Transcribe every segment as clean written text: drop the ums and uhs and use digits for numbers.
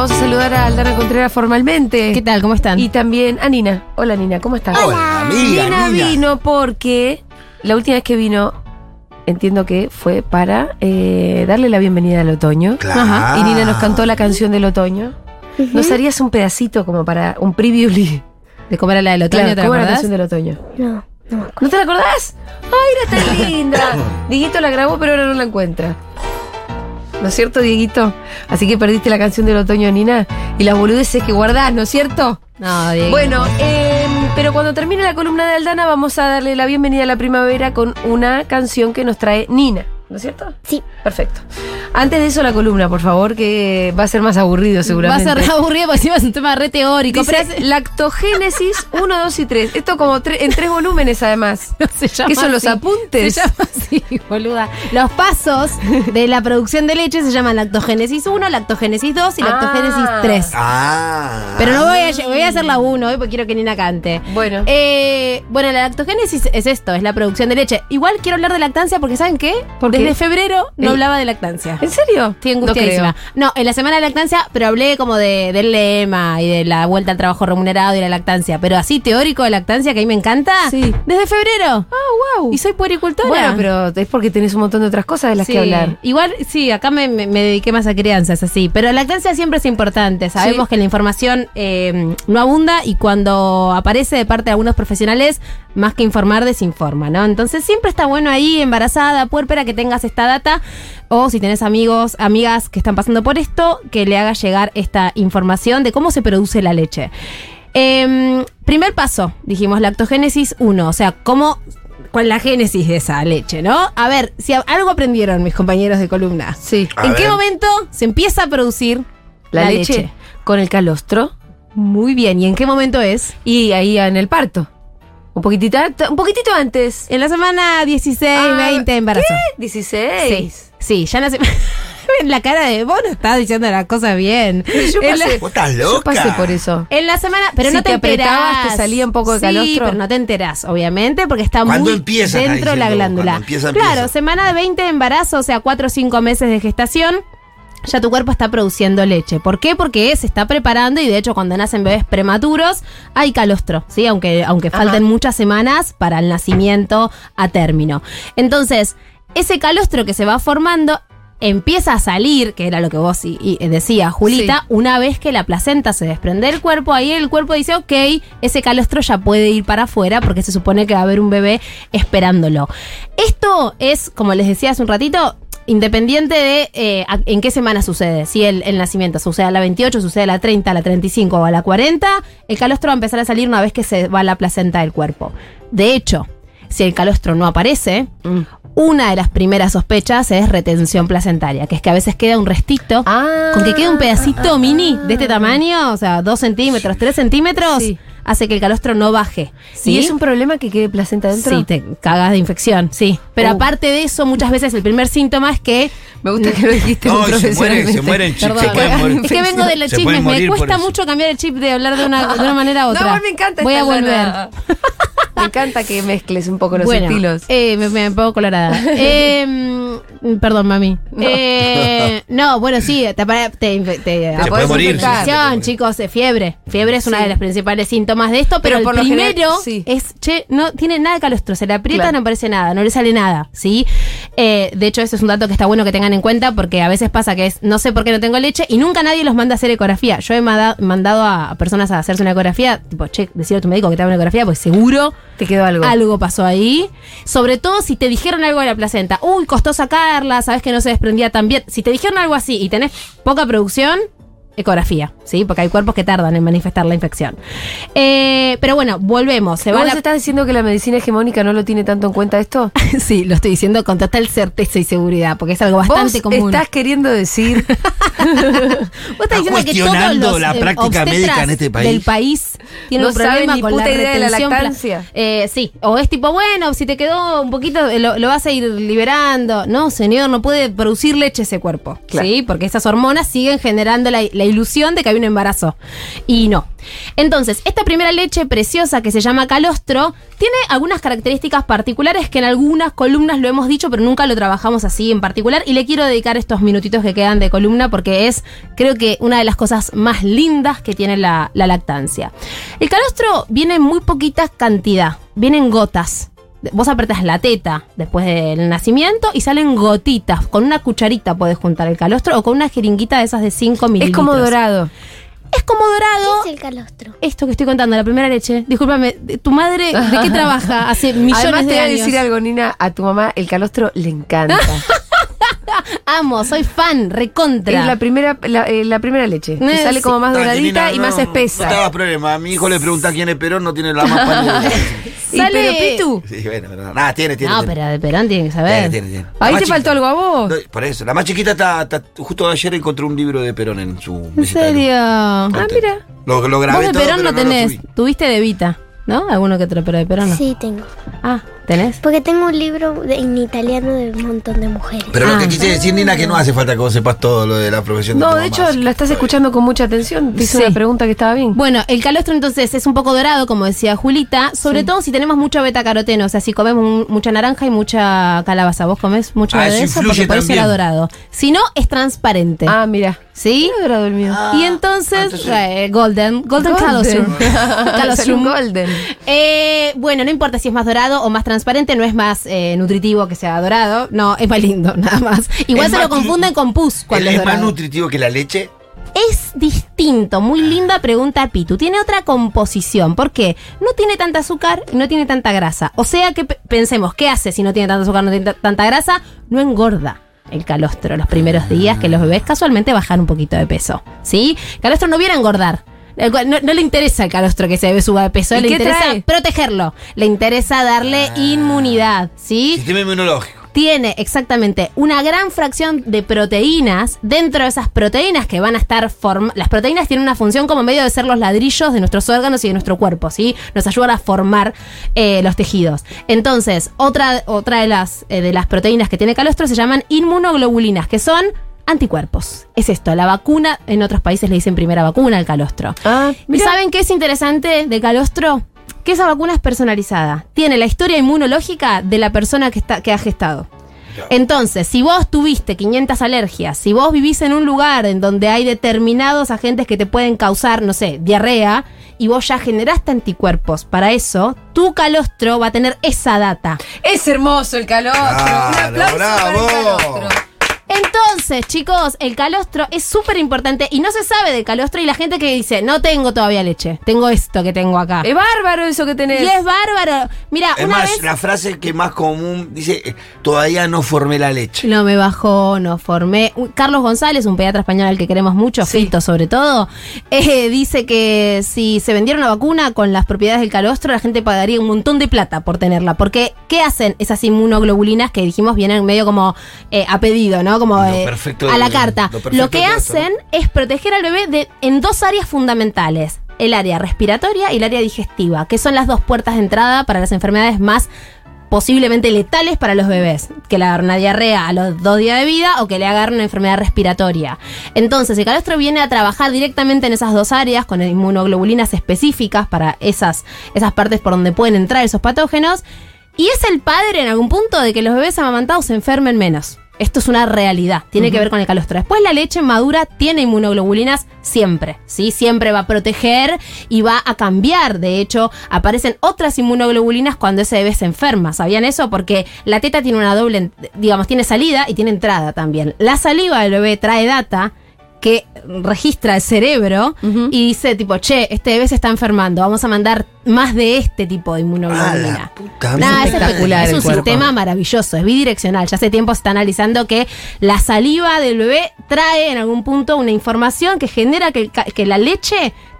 vamos a saludar a Aldana Contreras formalmente. ¿Qué tal? ¿Cómo están? Y también a Nina. Hola Nina, ¿cómo estás? Hola, amiga. Nina vino porque la última vez que vino, entiendo que fue para darle la bienvenida al otoño. Claro. Ajá. Y Nina nos cantó la canción del otoño. ¿Nos harías un pedacito como para un preview? ¿De cómo era la del otoño? Claro, ¿Te ¿cómo era la acordás? canción del otoño? No me acuerdo. ¿No te la acordás? ¡Ay, era tan linda! Dieguito la grabó, pero ahora no la encuentra. ¿No es cierto, Dieguito? Así que perdiste la canción del otoño, Nina. Y las boludeces que guardás, ¿no es cierto? No, Diego. Bueno, pero cuando termine la columna de Aldana vamos a darle la bienvenida a la primavera con una canción que nos trae Nina, ¿no es cierto? Sí. Perfecto. Antes de eso la columna, por favor, que va a ser más aburrido seguramente. Va a ser aburrido porque encima es un tema re teórico. Dice, pero lactogénesis 1, 2 y 3. Esto como en 3 volúmenes además. no se llama ¿Qué son los así. apuntes? Se llama así, boluda. Los pasos de la producción de leche se llaman lactogénesis 1, lactogénesis 2 y lactogénesis 3. Pero no voy a hacer la 1 hoy porque quiero que Nina cante. Bueno. Bueno, la lactogénesis es esto, es la producción de leche. Igual quiero hablar de lactancia porque ¿saben qué? ¿Por qué? Desde febrero no El- hablaba de lactancia. ¿En serio? Estoy angustiadísima. No, en la semana de lactancia, pero hablé como del lema y de la vuelta al trabajo remunerado y la lactancia. Pero así teórico de lactancia, que a mí me encanta, Sí. desde febrero. Ah, wow. Y soy puericultora. Bueno, pero es porque tenés un montón de otras cosas de las Sí. que hablar. Igual, sí, acá me dediqué más a crianzas, así. Pero la lactancia siempre es importante. Sabemos Sí. que la información no abunda y cuando aparece de parte de algunos profesionales, más que informar, desinforma, ¿no? Entonces siempre está bueno ahí, embarazada, puérpera, que tengas esta data. O si tenés amigos, amigas que están pasando por esto, que le hagas llegar esta información de cómo se produce la leche. Primer paso, dijimos, lactogénesis 1, o sea, cómo... ¿Cuál es la génesis de esa leche, no? A ver, si algo aprendieron mis compañeros de columna. Sí. A ¿En qué ver. momento se empieza a producir La leche con el calostro Muy bien. ¿Y en qué momento es? y ahí en el parto. Un poquitito antes. En la semana 16, 20 de embarazo. ¿Qué? 16. Sí, ya nace. En la cara de vos no estás diciendo las cosas bien. Yo En la- pasé, ¿Vos estás yo loca? pasé por eso. En la semana, pero Si no te te apretabas, enterás. te salía un poco de Sí, calostro. pero no te enterás, obviamente, porque está ¿Cuándo muy empieza, dentro está de la diciendo? glándula. Cuando empieza. Claro, semana de 20 de embarazo, o sea, 4 o 5 meses de gestación. Ya tu cuerpo está produciendo leche. ¿Por qué? Porque se está preparando y de hecho cuando nacen bebés prematuros hay calostro, ¿sí? Aunque falten muchas semanas para el nacimiento a término. Entonces, ese calostro que se va formando empieza a salir, que era lo que vos decías, Julita, Sí. una vez que la placenta se desprende del cuerpo, ahí el cuerpo dice, ok, ese calostro ya puede ir para afuera porque se supone que va a haber un bebé esperándolo. Esto es, como les decía hace un ratito, independiente de en qué semana sucede. Si el nacimiento sucede a la 28, sucede a la 30, a la 35 o a la 40, el calostro va a empezar a salir una vez que se va la placenta del cuerpo. De hecho, si el calostro no aparece, una de las primeras sospechas es retención placentaria, que es que a veces queda un restito. Con que quede un pedacito mini de este tamaño, o sea, 2 centímetros, 3 centímetros, Sí. hace que el calostro no baje. ¿sí? ¿Y es un problema que quede placenta dentro? Sí, te cagas de infección, sí. Pero Oh. aparte de eso, muchas veces el primer síntoma es que... Me gusta que lo dijiste No, muy se profesionalmente. mueren chicos. Perdón, Se pueden morir. es que vengo de los Se chismes, pueden me morir por cuesta eso. mucho cambiar el chip de hablar de una manera a otra. No, a mí me encanta Voy a esta volver. Aldana. Me encanta que mezcles un poco los Bueno, estilos. me pongo colorada. Perdón, mami. No, bueno, sí, te Se puede morir. infección, chicos, fiebre. Fiebre es uno Sí. de los principales síntomas de esto, pero Pero por el lo general, primero sí. es, no tiene nada de calostro, se le aprieta, Claro. no aparece nada, no le sale nada, ¿sí? De hecho, eso es un dato que está bueno que tengan en cuenta porque a veces pasa que es, no sé por qué no tengo leche y nunca nadie los manda a hacer ecografía. Yo he mandado a personas a hacerse una ecografía, tipo, che, decirle a tu médico que te haga una ecografía, pues seguro Te quedó algo. algo pasó ahí. Sobre todo si te dijeron algo de la placenta. Uy, costó sacarla, sabes que no se desprendía tan bien. Si te dijeron algo así y tenés poca producción, ecografía, ¿sí? Porque hay cuerpos que tardan en manifestar la infección. Pero bueno, volvemos. Se va ¿Vos la... estás diciendo que la medicina hegemónica no lo tiene tanto en cuenta esto? Sí, lo estoy diciendo con total certeza y seguridad, porque es algo bastante ¿Vos común. estás queriendo decir? Vos estás diciendo que todos cuestionando los la práctica obstetras médica en este país. del país tienen No un problema saben ni con puta la idea de la retención lactancia. sí, o es tipo, bueno, si te quedó un poquito, lo vas a ir liberando. No, señor, no puede producir leche ese cuerpo, Claro. ¿sí? Porque esas hormonas siguen generando la la ilusión de que hay un embarazo. Y no. Entonces, esta primera leche preciosa que se llama calostro tiene algunas características particulares que en algunas columnas lo hemos dicho, pero nunca lo trabajamos así en particular. Y le quiero dedicar estos minutitos que quedan de columna porque es, creo que, una de las cosas más lindas que tiene la lactancia. El calostro viene en muy poquita cantidad, viene en gotas. Vos apretás la teta después del nacimiento y salen gotitas. Con una cucharita podés juntar el calostro o con una jeringuita de esas de 5 mililitros. Es como dorado. Es como dorado. ¿Qué es el calostro? Esto que estoy contando, la primera leche. Discúlpame, ¿tu madre de qué trabaja hace millones Además, de te voy a años? decir algo, Nina. A tu mamá el calostro le encanta. Amo, soy fan, recontra. Es la primera leche. Que Sí. sale como más doradita Tranquilina, y más espesa. No te hagas problema. A mi hijo le pregunta quién es Perón, no tiene la más pálida. ¿Y Sale- pero Pitu? Sí, bueno, pero nada, tiene. No, pero de Perón tiene que saber. Tiene. Ahí La te más faltó chiquita. algo a vos. No, por eso, la más chiquita está justo ayer encontré un libro de Perón en su ¿En mesita de luz. serio? Ah, mira. Lo Vos grabé de todo, Perón pero no lo tenés. subí. Tuviste de Vita, ¿no? Alguno que otro, pero de Perón no. Sí, tengo. Ah, ¿tenés? Porque tengo un libro en italiano de un montón de mujeres. Pero lo Ah. que quise decir, Nina, que no hace falta que vos sepas todo lo de la profesión de tu No, mamá. de hecho, la estás escuchando con mucha atención. Te hice Sí. una pregunta que estaba bien. Bueno, el calostro entonces es un poco dorado, como decía Julita, sobre todo si tenemos mucho betacaroteno, o sea, si comemos mucha naranja y mucha calabaza. ¿Vos comés mucho Ah, de eso eso? influye Porque por eso era también. dorado. Si no, es transparente. Ah, mira. ¿Sí? Era dorado el mío. Y entonces, entonces- golden calostrum. Salió un golden. Bueno, no importa si es más dorado o más transparente, no es más nutritivo que sea dorado. No, es más lindo, nada más. Igual Es se más lo confunden con pus cuando es ¿Es más dorado. nutritivo que la leche? Es distinto, muy linda pregunta, Pitu. Tiene otra composición. ¿Por qué? No tiene tanta azúcar y no tiene tanta grasa. O sea que pensemos, ¿qué hace si no tiene tanta azúcar, no tiene tanta grasa? No engorda el calostro los primeros días que los bebés casualmente bajan un poquito de peso. ¿Sí? El calostro no viene a engordar. No le interesa el calostro que ese bebé suba de peso, ¿Y le qué interesa trae? protegerlo. Le interesa darle inmunidad, ¿sí? Sistema inmunológico. Tiene exactamente una gran fracción de proteínas. Dentro de esas proteínas que van a estar las proteínas tienen una función como medio de ser los ladrillos de nuestros órganos y de nuestro cuerpo, ¿sí? Nos ayudan a formar los tejidos. Entonces, otra de las proteínas que tiene calostro se llaman inmunoglobulinas, que son anticuerpos. Es esto, la vacuna, en otros países le dicen primera vacuna al calostro. Ah, ¿Y mira. saben qué es interesante de calostro? Que esa vacuna es personalizada. Tiene la historia inmunológica de la persona que ha gestado. Entonces, si vos tuviste 500 alergias, si vos vivís en un lugar en donde hay determinados agentes que te pueden causar, no sé, diarrea, y vos ya generaste anticuerpos para eso, tu calostro va a tener esa data. Es hermoso el calostro. Claro, Un aplauso para el bravo. calostro. Entonces, chicos, el calostro es súper importante y no se sabe del calostro y la gente que dice, no tengo todavía leche, tengo esto que tengo acá. Es bárbaro eso que tenés. Y es bárbaro. Mira, Es una más, vez... la frase que más común dice, todavía no formé la leche. No me bajó, no formé. Carlos González, un pediatra español al que queremos mucho, Sí. Fito sobre todo, dice que si se vendiera una vacuna con las propiedades del calostro, la gente pagaría un montón de plata por tenerla. Porque, ¿qué hacen esas inmunoglobulinas que dijimos vienen medio como a pedido, ¿no? Como Lo perfecto a la de- carta. lo perfecto Lo que de todo esto, ¿no? hacen es proteger al bebé en dos áreas fundamentales. El área respiratoria y el área digestiva, que son las dos puertas de entrada para las enfermedades más posiblemente letales para los bebés, que le agarren una diarrea a los 2 días de vida o que le agarren una enfermedad respiratoria. Entonces, el calostro viene a trabajar directamente en esas dos áreas con inmunoglobulinas específicas para esas partes por donde pueden entrar esos patógenos, y es el padre en algún punto de que los bebés amamantados se enfermen menos. Esto es una realidad, tiene que ver con el calostro. Después la leche madura tiene inmunoglobulinas siempre, ¿sí? Siempre va a proteger y va a cambiar. De hecho, aparecen otras inmunoglobulinas cuando ese bebé se enferma. ¿Sabían eso? Porque la teta tiene una doble, digamos, tiene salida y tiene entrada también. La saliva del bebé trae data que registra el cerebro y dice tipo, che, este bebé se está enfermando, vamos a mandar más de este tipo de inmunoglobulina. Ah, la puta Nah, madre. es espectacular es el un cuerpo. sistema maravilloso, es bidireccional. Ya hace tiempo se está analizando que la saliva del bebé trae en algún punto una información que genera que la leche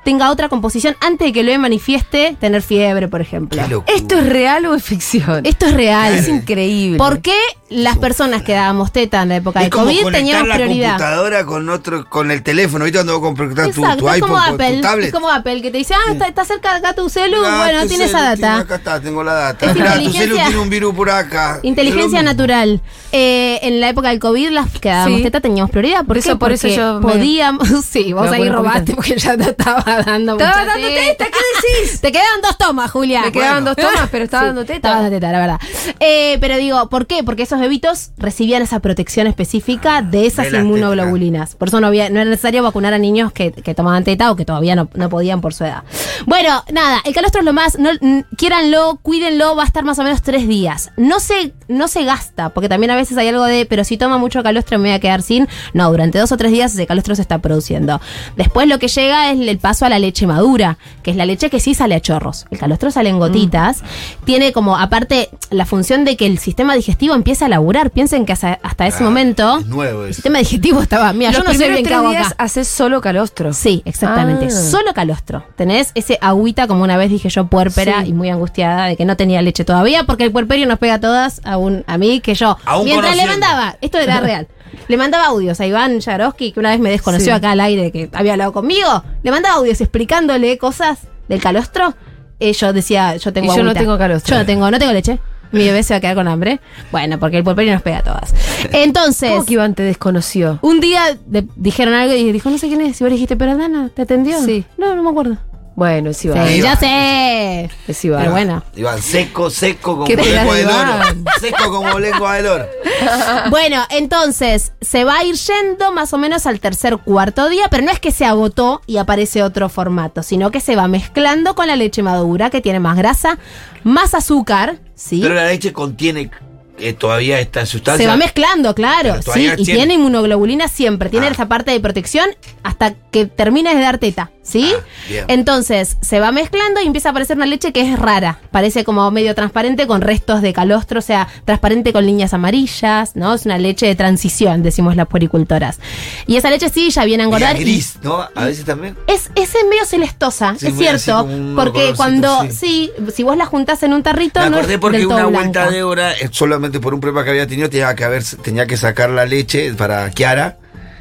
tenga otra composición antes de que el bebé manifieste tener fiebre, por ejemplo. Qué locura. ¿Esto es real o es ficción? Esto es real. Es increíble. ¿Por qué las personas que dábamos teta en la época de Es como COVID conectar teníamos la prioridad? computadora con el teléfono. ¿Viste cuando vos conectás tu Exacto, es iPhone como con Apple, tu tablet? es como Apple, que te dice, está cerca de acá tu celu, Ah, bueno, tu tiene esa celu, data. Acá está, tengo la data. Es Mirá, tu inteligencia- celu tiene un virus por acá. Inteligencia Es lo mismo. natural. En la época del COVID, las que dábamos Sí. teta teníamos prioridad. ¿Por qué? Por eso Porque yo me- podíamos. Sí, vos me ahí acuerdo un robaste poquito. porque ya te estaba dando Estaba mucha dando teta, ¿qué decís? Te quedaban 2 tomas, Julia. Me quedaban 2 tomas, pero estaba Sí, dando teta. Estaba dando teta, la verdad. Pero digo, ¿por qué? Porque esos bebitos recibían esa protección específica de esas de las inmunoglobulinas. Por eso no era necesario vacunar a niños que tomaban teta o que todavía no podían por su edad. Bueno, nada, el calostro es lo más, quiéranlo, cuídenlo, va a estar más o menos 3 días. No se gasta, porque también a veces hay algo de, pero si toma mucho calostro me voy a quedar sin. No, durante 2 o 3 días ese calostro se está produciendo. Después lo que llega es el paso a la leche madura, que es la leche que sí sale a chorros. El calostro sale en gotitas. Tiene como, aparte, la función de que el sistema digestivo empiece a laburar. Piensen que hasta ese momento Es nuevo el eso. sistema digestivo estaba, mira, Los yo no sé primeros bien qué 3 hago días acá. haces solo calostro. Sí, exactamente. Ah. Solo calostro. Tenés ese agüita, como una vez dije yo, puérpera Sí. y muy angustiada de que no tenía leche todavía, porque el puerperio nos pega a todas, a mí, que yo. Aún Mientras le conociendo. mandaba, esto era real. Le mandaba audios a Iván Yaroski, que una vez me desconoció Sí. acá al aire, que había hablado conmigo. Le mandaba audios explicándole cosas del calostro. Yo decía, yo tengo Y yo no agüita. tengo calostro. Yo no tengo leche. Mi bebé se va a quedar con hambre. Bueno, porque el puerperio nos pega a todas. Entonces. ¿Cómo que Iván te desconoció? Un día dijeron algo y dijo, no sé quién es. Y vos le dijiste, pero Dana, ¿te atendió? Sí. No me acuerdo. Bueno, es Iván. Sí, Iván. ya sé. Es Iván. Pero bueno. Iván, seco como ¿Qué esperás lengua de del oro. Iván? Seco como lengua del oro. Bueno, entonces se va a ir yendo más o menos al 3er, 4.º día, pero no es que se agotó y aparece otro formato, sino que se va mezclando con la leche madura, que tiene más grasa, más azúcar, ¿sí? Pero la leche contiene todavía esta sustancia. Se va mezclando, claro, Pero sí, todavía y tiene. tiene inmunoglobulina siempre, tiene Ah. esa parte de protección hasta que termines de dar teta, ¿sí? Ah, bien. Entonces se va mezclando y empieza a aparecer una leche que es rara, parece como medio transparente con restos de calostro, o sea, transparente con líneas amarillas, ¿no? Es una leche de transición, decimos las puericultoras. Y esa leche sí ya viene a engordar. Media gris, ¿no? A veces también. Es medio celestosa, Sí, es medio así cierto, como un porque colorcito, cuando, sí. sí, si vos la juntás en un tarrito, Me no acordé es porque del todo una vuelta blanca. de hora, solamente por un problema que había tenido, tenía que sacar la leche para Kiara.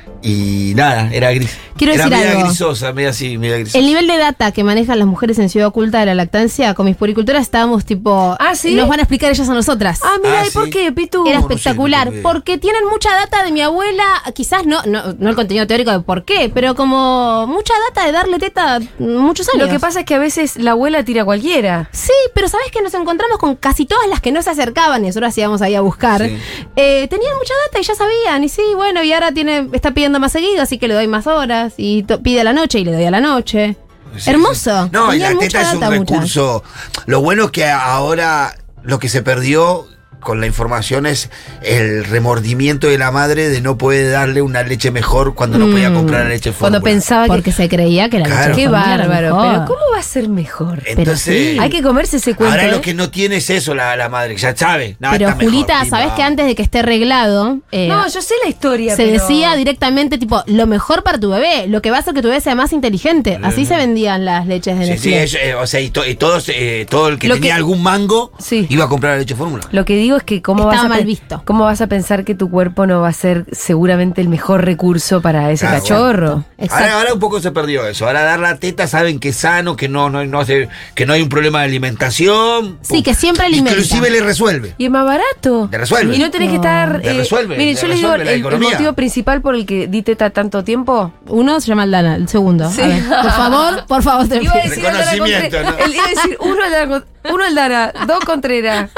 Y nada, era gris. Quiero era decir media algo. grisosa, media así, media grisosa. El nivel de data que manejan las mujeres en Ciudad Oculta de la lactancia, con mis puericultoras estábamos tipo. Ah, ¿sí? Nos van a explicar ellas a nosotras. Ah, mira, Ah, ¿y por sí. qué, Pitu? Era no sé, espectacular, no tengo idea. porque tienen mucha data de mi abuela, quizás no el contenido teórico de por qué, pero como mucha data de darle teta muchos años. Lo que pasa es que a veces la abuela tira a cualquiera. Sí, pero sabes que nos encontramos con casi todas las que no se acercaban y nosotros íbamos ahí a buscar. Sí. Tenían mucha data y ya sabían. Y sí, bueno, y ahora está pidiendo más seguido, así que le doy más horas. Y pide a la noche y le doy a la noche. Sí, Hermoso. sí. No, y Tenían la mucha teta es un data, muchas. recurso. Lo bueno es que ahora lo que se perdió con la información es el remordimiento de la madre de no poder darle una leche mejor cuando no podía comprar la leche Cuando fórmula. pensaba que. Porque se creía que la Claro. leche Qué fórmula era bárbaro. mejor. Pero ¿cómo va a ser mejor? Entonces, sí. Hay que comerse ese cuento. ahora ¿eh? lo que no tiene es eso la madre, ya sabe. Nada, Pero está mejor, Julita, pimba, ¿sabes que vamos. antes de que esté arreglado? No, yo sé la historia. Se pero- decía directamente, tipo, lo mejor para tu bebé, lo que va a hacer que tu bebé sea más inteligente. Así se vendían las leches de Sí, sí, Nestlé. o sea, y todo el que Lo tenía que- algún mango Sí. iba a comprar la leche fórmula. Lo que digo es que cómo Estaba vas a mal pe- visto. cómo vas a pensar que tu cuerpo no va a ser seguramente el mejor recurso para ese Claro, cachorro. Exacto. Ahora un poco se perdió eso. Ahora dar la teta saben que es sano, que no hay un problema de alimentación. Sí, que siempre alimenta. Inclusive le resuelve. Y es más barato. Te resuelve. Y no tenés que estar. Te resuelve, Miren, te yo les digo resuelve la el economía. motivo principal por el que di teta tanto tiempo. Uno se llama Aldana, el segundo. Sí. A ver, por favor, te Iba a pido. decir Aldana Reconocimiento, Contreras. ¿no? Iba a decir uno Aldana, 2 Contreras.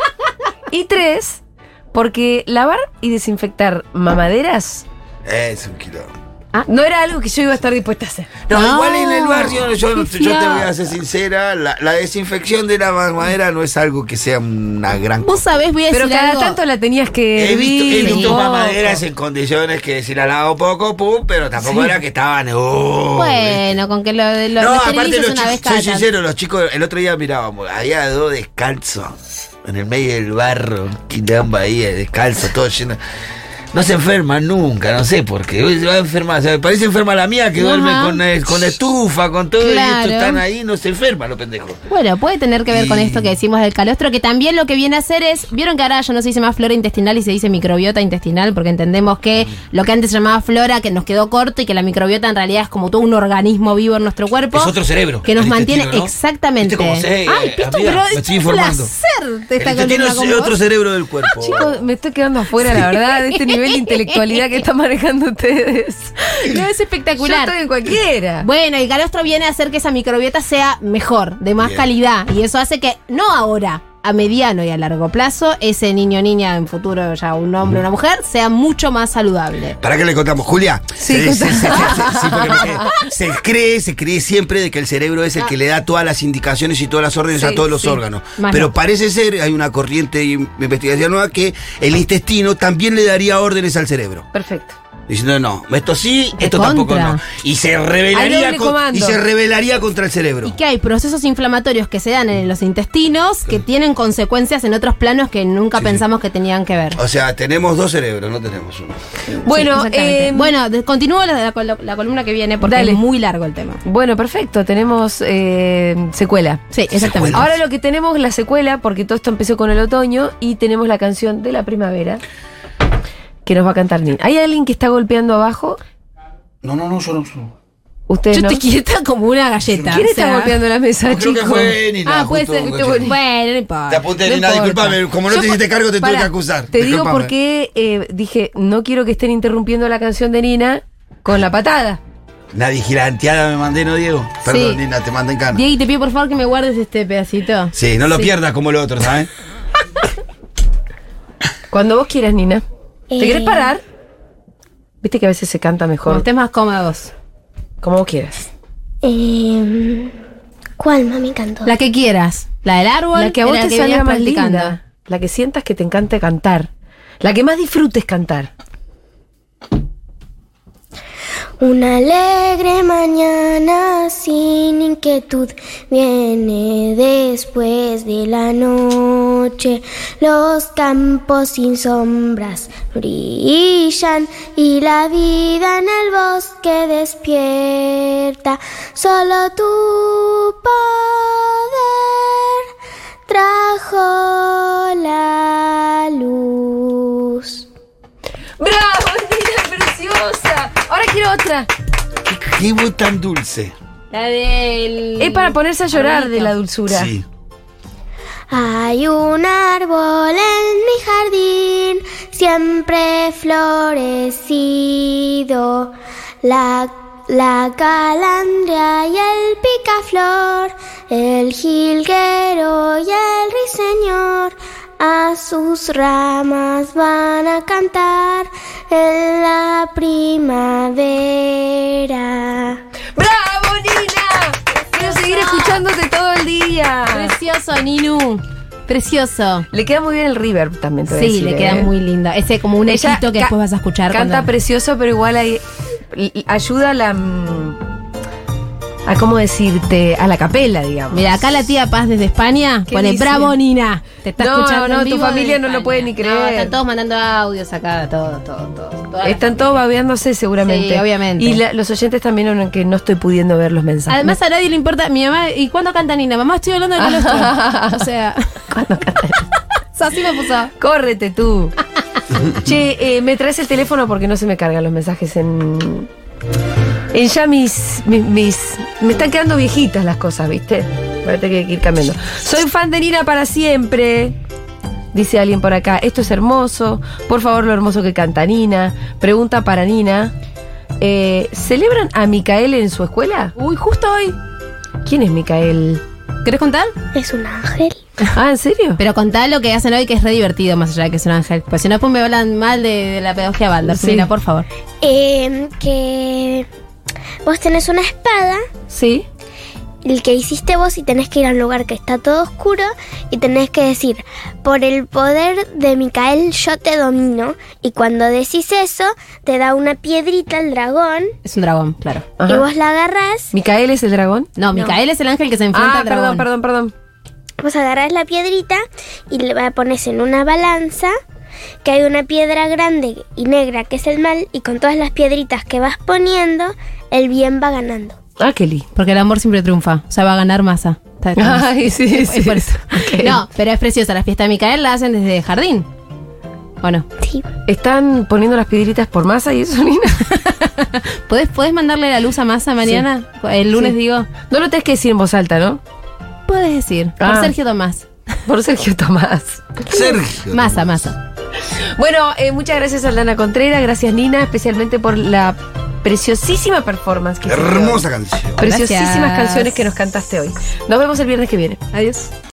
Y 3, porque lavar y desinfectar mamaderas Es un kilo. no era algo que yo iba a estar dispuesta a hacer. No, No, igual en el barrio, yo qué te voy a fiaca. ser sincera, la desinfección de la mamadera no es algo que sea una gran Vos sabés, voy a Pero decir cada algo. tanto la tenías que He visto hervir un poco. mamaderas en condiciones que si la lavo poco, pum, pero tampoco era que estaban. Bueno, con que lo no, aparte esterilices los una vez chicos, cada soy tanto. sincero, los chicos, el otro día mirábamos, había 2 descalzos en el medio del barro, un quilombo ahí, descalzo, todo lleno. No se enferma nunca, no sé por qué. Hoy se va a enfermar. O sea, parece enferma la mía que duerme con estufa, con todo. Claro. Y estos están ahí, no se enferma los pendejos. Bueno, puede tener que ver con esto que decimos del calostro, que también lo que viene a hacer es, vieron que ahora ya no se dice más flora intestinal y se dice microbiota intestinal, porque entendemos que lo que antes se llamaba flora, que nos quedó corto, y que la microbiota en realidad es como todo un organismo vivo en nuestro cuerpo. Es otro cerebro. Que nos el mantiene intestino, ¿no? exactamente. ¿Viste cómo sé, Ay, Pitu, amiga? pero Me es estoy un informando. placer de esta El intestino columna es con otro vos. cerebro del cuerpo. Chicos, me estoy quedando afuera, la verdad, de este nivel de intelectualidad que están manejando ustedes. No, es Yo espectacular. estoy en cualquiera. Bueno, el calostro viene a hacer que esa microbiota sea mejor, de más Bien. calidad. Y eso hace que, no ahora, a mediano y a largo plazo, ese niño o niña, en futuro ya un hombre o una mujer, sea mucho más saludable. ¿Para qué le contamos, Julia? Sí, Sí, porque se cree siempre de que el cerebro es el que le da todas las indicaciones y todas las órdenes Sí, a todos los sí. órganos. Más Pero no. parece ser, hay una corriente de investigación nueva, que el intestino también le daría órdenes al cerebro. Perfecto. Diciendo, no, esto sí, De esto tampoco contra. no. Y se Hay rebelaría, doble comando. y se rebelaría contra el cerebro. Y que hay procesos inflamatorios que se dan en los intestinos que tienen consecuencias en otros planos que nunca pensamos que tenían que ver. O sea, tenemos dos cerebros, no tenemos uno. Bueno, Sí, exactamente. Bueno, continúo la columna que viene porque Dale. es muy largo el tema. bueno, perfecto. Tenemos secuela. Sí, exactamente. Secuela. Ahora lo que tenemos es la secuela, porque todo esto empezó con el otoño, y tenemos la canción de la primavera que nos va a cantar Nina. ¿Hay alguien que está golpeando abajo? No, yo no. Ustedes Yo no. estoy quieta como una galleta. ¿Quién o está sea. golpeando la mesa, No, creo que chicos? fue Nina. Ah, puede justo, ser. justo. Bueno, no importa. Te apunté, No Nina, importa. disculpame. Como no Yo te hiciste cargo, te tuve Pará, que acusar. Te digo Discúlpame. porque dije, no quiero que estén interrumpiendo la canción de Nina con la patada. Una vigilanteada me mandé, ¿no, Diego? Perdón, Sí. Nina, te mandé en cana. Diego, te pido por favor que me guardes este pedacito. Sí, no lo pierdas como lo otro, ¿sabes? Cuando vos quieras, Nina. ¿Te querés parar? Viste que a veces se canta Como mejor. estés más cómodos. Como vos quieras. ¿Cuál mami cantó? La que quieras. La del árbol. La que a vos era te la salga venías más practicando. linda. La que sientas que te encante cantar. La que más disfrutes cantar. Una alegre mañana sin inquietud viene después de la noche. Los campos sin sombras brillan y la vida en el bosque despierta. Solo tu poder trajo la luz. ¡Bravo, Nina, preciosa! Ahora quiero otra. Qué voz tan dulce. La del. Es para ponerse a llorar Arbolito. de la dulzura. Sí. Hay un árbol en mi jardín, siempre florecido. La calandria y el picaflor, el jilguero y el ruiseñor, a sus ramas van a cantar en la primavera. ¡Bravo, Nina! Quiero seguir escuchándote todo el día. Precioso, Ninu. Precioso. Le queda muy bien el reverb también, te voy a Sí, decir, le queda muy lindo. Ese como un Ella echito que después vas a escuchar. Canta cuando- precioso, pero igual hay, ayuda a la... a cómo decirte, a la capela, digamos. Mira, acá la tía Paz desde España ¿Qué pone dice? bravo, Nina. Te está No, escuchando. no, en tu vivo familia desde no lo España. puede ni creer. No, están todos mandando audios acá, todo. Están todos babeándose seguramente. Sí, obviamente. Y los oyentes también, aunque no estoy pudiendo ver los mensajes. Además, a nadie le importa. Mi mamá, ¿y cuándo canta Nina? Mamá, estoy hablando de calostro. O sea. Así me puso. Córrete tú. Che, me traes el teléfono porque no se me cargan los mensajes en ya me están quedando viejitas las cosas, ¿viste? Voy a tener que ir cambiando. Soy fan de Nina para siempre. Dice alguien por acá, esto es hermoso. Por favor, lo hermoso que canta Nina. Pregunta para Nina. ¿Celebran a Micael en su escuela? Uy, justo hoy. ¿Quién es Micael? ¿Querés contar? Es un ángel. Ah, ¿en serio? Pero contá lo que hacen hoy, que es re divertido, más allá de que es un ángel. Pues si no, después me hablan mal de la pedagogía Baldor. Sí. Mira, por favor. Que vos tenés una espada, Sí. el que hiciste vos, y tenés que ir a un lugar que está todo oscuro y tenés que decir, por el poder de Micael yo te domino, y cuando decís eso te da una piedrita el dragón Es un dragón, claro. Ajá. y vos la agarrás, ¿Micael es el dragón? No, Micael es el ángel que se enfrenta Ah, al dragón. perdón. vos agarrás la piedrita y la pones en una balanza que hay una piedra grande y negra que es el mal, y con todas las piedritas que vas poniendo, el bien va ganando. Ah, qué lindo. Porque el amor siempre triunfa. O sea, va a ganar masa. Ay, sí, Es sí. por eso. Ok. No, pero es preciosa. La fiesta de Micael la hacen desde jardín. ¿O no? Sí. ¿Están poniendo las piedritas por masa y eso, Nina? ¿Podés mandarle la luz a Masa mañana? El lunes Sí. digo. No lo tenés que decir en voz alta, ¿no? Podés decir. Por Ah. Sergio Tomás. Por Sergio Tomás. Sergio. Masa. Bueno, muchas gracias a Aldana Contreras, gracias Nina, especialmente por la preciosísima performance que hiciste hoy. Hermosa canción. Preciosísimas Gracias. canciones que nos cantaste hoy. Nos vemos el viernes que viene. Adiós.